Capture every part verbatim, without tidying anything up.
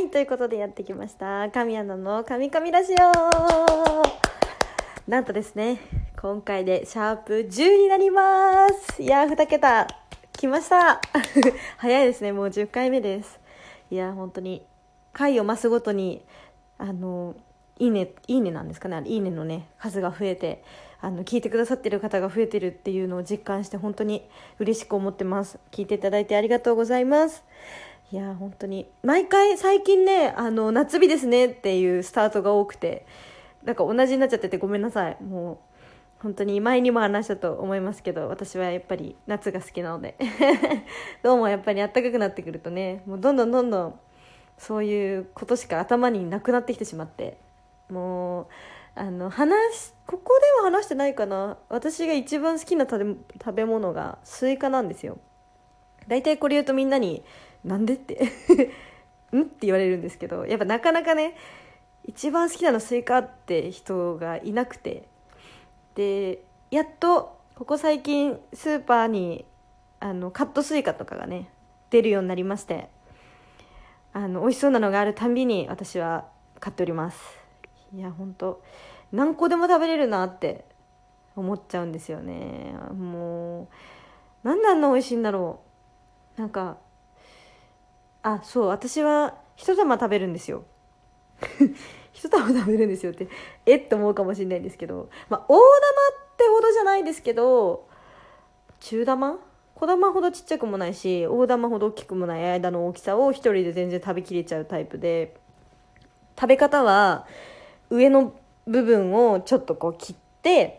はいということでやってきました神アナの神々ラジオ。なんとですね今回でシャープじゅうになります。いやーに桁来ました早いですね。もうじゅっかいめです。いやー本当に回を増すごとにあのいいねいいねなんですかね、いいねのね数が増えて、あの聞いてくださってる方が増えてるっていうのを実感して本当に嬉しく思ってます。聞いていただいてありがとうございます。いや本当に毎回最近ねあの夏日ですねっていうスタートが多くて、なんか同じになっちゃっててごめんなさい。もう本当に前にも話したと思いますけど、私はやっぱり夏が好きなのでどうもやっぱり暖かくなってくるとね、もうどんどんどんどんそういうことしか頭になくなってきてしまって、もうあの話ここでは話してないかな、私が一番好きな食べ、食べ物がスイカなんですよ。だいたいこれ言うとみんなになんでってんって言われるんですけど、やっぱなかなかね一番好きなのスイカって人がいなくて、でやっとここ最近スーパーにあのカットスイカとかがね出るようになりまして、あの美味しそうなのがあるたんびに私は買っております。いや本当何個でも食べれるなって思っちゃうんですよね。もうなんであんな美味しいんだろう。なんかあそう私は一玉食べるんですよ一玉食べるんですよってえっと思うかもしれないんですけど、まあ、大玉ってほどじゃないですけど、中玉小玉ほどちっちゃくもないし大玉ほど大きくもない間の大きさを一人で全然食べきれちゃうタイプで、食べ方は上の部分をちょっとこう切って、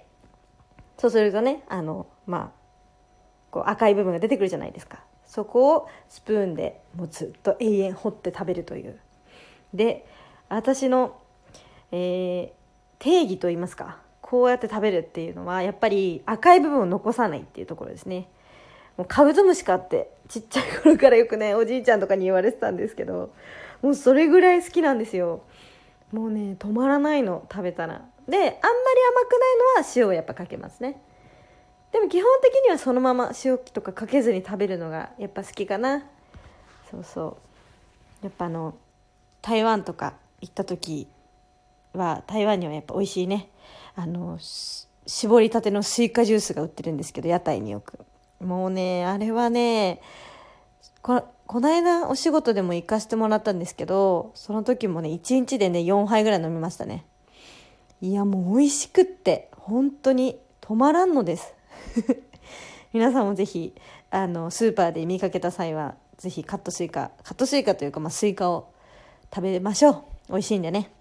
そうするとねあのまあこう赤い部分が出てくるじゃないですか。そこをスプーンでもうずっと永遠掘って食べるという。で私の、えー、定義といいますか、こうやって食べるっていうのはやっぱり赤い部分を残さないっていうところですね。もうカブトムシかってちっちゃい頃からよくねおじいちゃんとかに言われてたんですけど、もうそれぐらい好きなんですよ。もうね止まらないの食べたら。であんまり甘くないのは塩をやっぱかけますね。でも基本的にはそのまま塩とかかけずに食べるのがやっぱ好きかな。そうそうやっぱあの台湾とか行った時は台湾にはやっぱ美味しいねあの絞りたてのスイカジュースが売ってるんですけど、屋台によく。もうねあれはね こ, この間お仕事でも行かせてもらったんですけど、その時もねいちにちでねよんはいぐらい飲みましたね。いやもう美味しくって本当に止まらんのです皆さんもぜひあのスーパーで見かけた際はぜひカットスイカカットスイカというか、まあ、スイカを食べましょう。美味しいんでね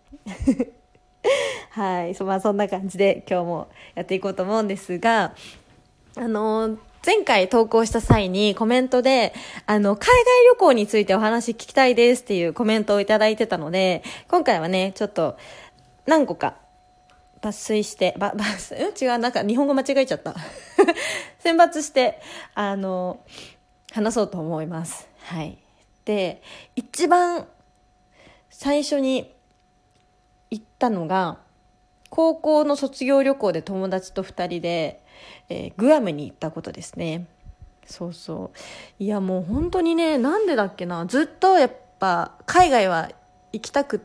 はい、そ, まあ、そんな感じで今日もやっていこうと思うんですが、あの前回投稿した際にコメントであの海外旅行についてお話聞きたいですっていうコメントをいただいてたので、今回はねちょっと何個か抜粋してばばうん違うなんか日本語間違えちゃった選抜してあの話そうと思います。はい。で一番最初に行ったのが高校の卒業旅行で友達とふたりで、えー、グアムに行ったことですね。そうそういやもう本当にねなんでだっけな、ずっとやっぱ海外は行きたくって、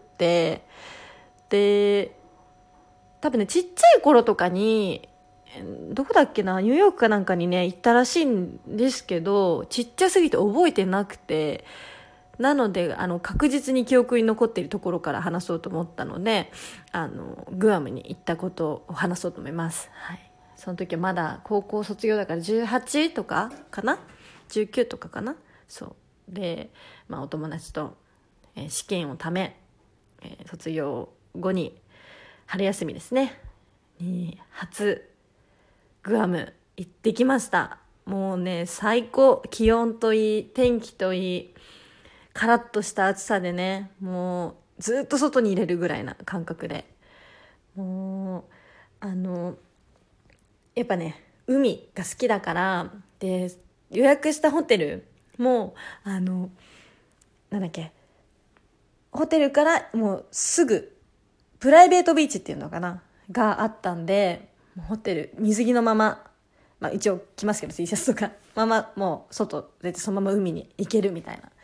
で多分ねちっちゃい頃とかにどこだっけなニューヨークかなんかにね行ったらしいんですけど、ちっちゃすぎて覚えてなくて、なのであの確実に記憶に残っているところから話そうと思ったので、あのグアムに行ったことを話そうと思います。はい、その時はまだ高校卒業だからじゅうはちとかかなじゅうきゅうとかかな。そうで、まあ、お友達と、えー試験をため、えー卒業後に春休みですねに初グアム行ってきました。もうね最高、気温といい天気といいカラッとした暑さでね、もうずっと外に入れるぐらいな感覚で、もうあのやっぱね海が好きだから、で予約したホテルもあのなんだっけホテルからもうすぐプライベートビーチっていうのかながあったんで、ホテル水着のまま、まあ、一応着ますけど T シャツとかままもう外出てそのまま海に行けるみたいな、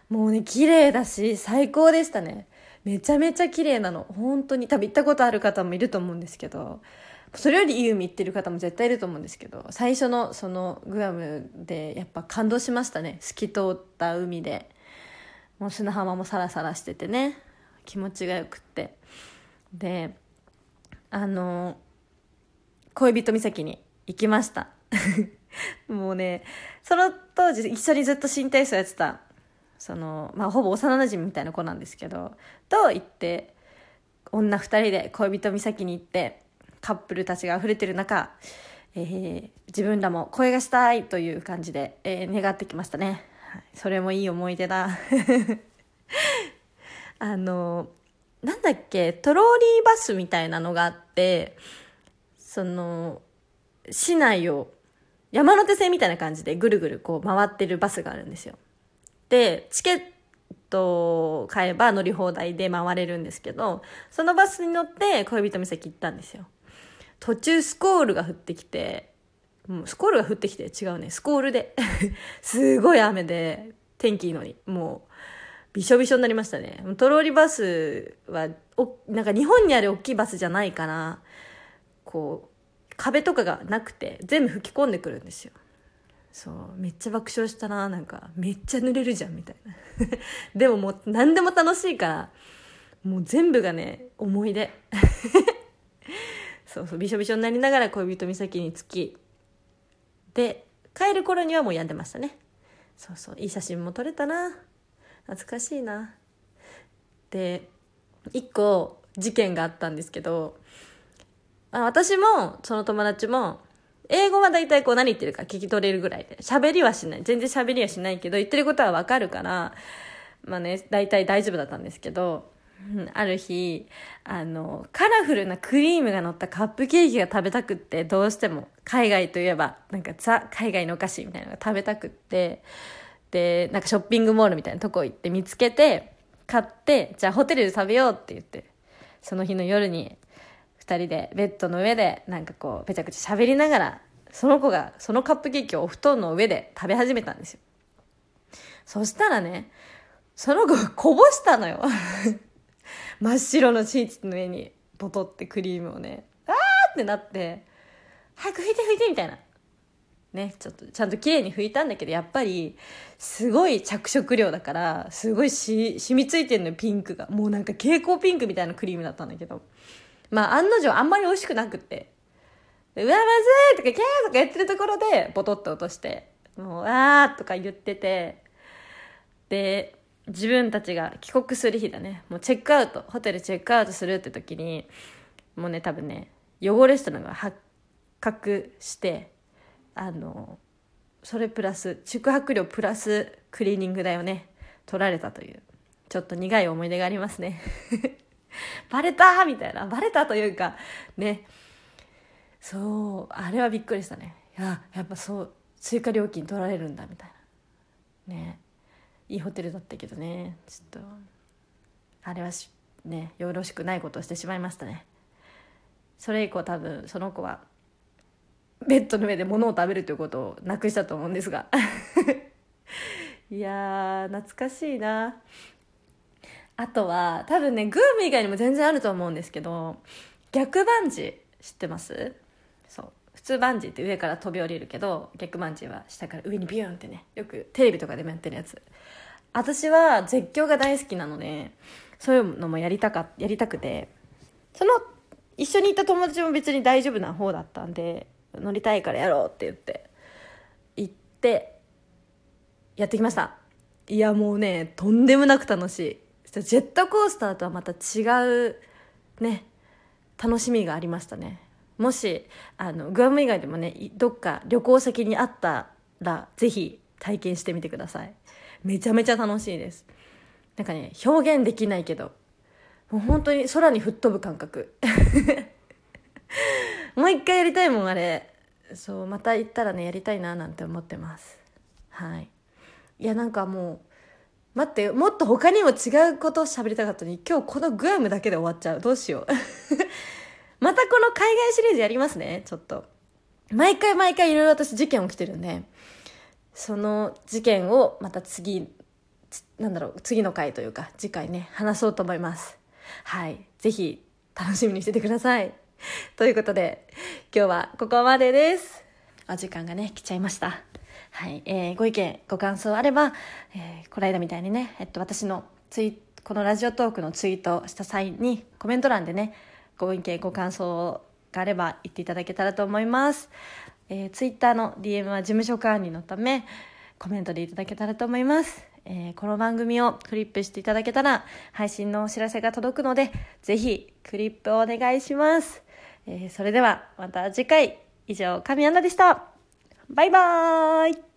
もうね綺麗だし最高でしたね。めちゃめちゃ綺麗なの本当に。多分行ったことある方もいると思うんですけど、それよりいい海行ってる方も絶対いると思うんですけど、最初のそのグアムでやっぱ感動しましたね。透き通った海でもう砂浜もサラサラしててね、気持ちがよくって、であの恋人岬に行きましたもうねその当時一緒にずっと新体操やってたその、まあ、ほぼ幼馴染みたいな子なんですけどと行って、女二人で恋人岬に行ってカップルたちが溢れてる中、えー、自分らも恋がしたいという感じで、えー、願ってきましたね。はい、それもいい思い出だあのなんだっけトローリーバスみたいなのがあって、その市内を山手線みたいな感じでぐるぐるこう回ってるバスがあるんですよ。でチケットを買えば乗り放題で回れるんですけど、そのバスに乗って恋人岬行ったんですよ。途中スコールが降ってきて、もうスコールが降ってきて違うねスコールですごい雨で天気いいのにもうびしょびしょになりましたね。トローリバスはおなんか日本にある大きいバスじゃないから、こう壁とかがなくて全部吹き込んでくるんですよ。そうめっちゃ爆笑したな。なんかめっちゃ濡れるじゃんみたいなでももう何でも楽しいからもう全部がね思い出そうそうびしょびしょになりながら恋人岬に着き、で帰る頃にはもう病んでましたね。そうそういい写真も撮れたな、懐かしいな。で一個事件があったんですけど、あ私もその友達も英語は大体こう何言ってるか聞き取れるぐらいで、喋りはしない、全然喋りはしないけど言ってることはわかるからまあね大体大丈夫だったんですけど、うん、ある日あのカラフルなクリームが乗ったカップケーキが食べたくって、どうしても海外といえばなんかザ海外のお菓子みたいなのが食べたくって、でなんかショッピングモールみたいなとこ行って見つけて買って、じゃあホテルで食べようって言って、その日の夜にふたりでベッドの上でなんかこうべちゃくちゃ喋りながら、その子がそのカップケーキをお布団の上で食べ始めたんですよ。そしたらねその子がこぼしたのよ真っ白のシーツの上にボトってクリームをね、あーってなって、早く拭いて拭いてみたいなね、ちょっとちゃんと綺麗に拭いたんだけど、やっぱりすごい着色料だからすごいし染みついてんのよ、ピンクが。もうなんか蛍光ピンクみたいなクリームだったんだけど、まあ案の定あんまり美味しくなくって、うわまずいとかキャーとか言ってるところでボトッと落として、もうあーとか言ってて、で自分たちが帰国する日だね、もうチェックアウトホテルチェックアウトするって時にもうね多分ね汚れてたのが発覚して、あのそれプラス宿泊料プラスクリーニング代をね取られたというちょっと苦い思い出がありますねバレたみたいな、バレたというかね、そうあれはびっくりしたね。いややっぱそう追加料金取られるんだみたいなね。いいホテルだったけどね、ちょっとあれはしねよろしくないことをしてしまいましたね。それ以降多分その子はベッドの上で物を食べるということをなくしたと思うんですがいやー懐かしいな。あとは多分ねグアム以外にも全然あると思うんですけど、逆バンジー知ってます？そう普通バンジーって上から飛び降りるけど、逆バンジーは下から上にビューンってね、よくテレビとかでもやってるやつ。私は絶叫が大好きなのでそういうのもやりたかやりたくて、その一緒にいた友達も別に大丈夫な方だったんで、乗りたいからやろうって言って行ってやってきました。いやもうねとんでもなく楽しい。ジェットコースターとはまた違うね楽しみがありましたね。もしあのグアム以外でもねどっか旅行先にあったらぜひ体験してみてください。めちゃめちゃ楽しいです。なんかね表現できないけどもう本当に空に吹っ飛ぶ感覚もう一回やりたいもんあれ。そうまた行ったらねやりたいななんて思ってます。はい。いやなんかもう待ってもっと他にも違うことを喋りたかったのに、今日このグアムだけで終わっちゃう。どうしようまたこの海外シリーズやりますね。ちょっと毎回毎回いろいろ私事件起きてるんで、その事件をまた次なんだろう、次の回というか次回ね話そうと思います。はい、ぜひ楽しみにしててください。ということで今日はここまでです。お時間がね来ちゃいました。はい、えー、ご意見ご感想あれば、えー、この間みたいにね、えっと、私のツイこのラジオトークのツイートした際にコメント欄でねご意見ご感想があれば言っていただけたらと思います。えー、ツイッターの ディーエム は事務所管理のためコメントでいただけたらと思います。えー、この番組をクリップしていただけたら配信のお知らせが届くので、ぜひクリップをお願いします。えー、それではまた次回。以上、神アナでした。バイバーイ。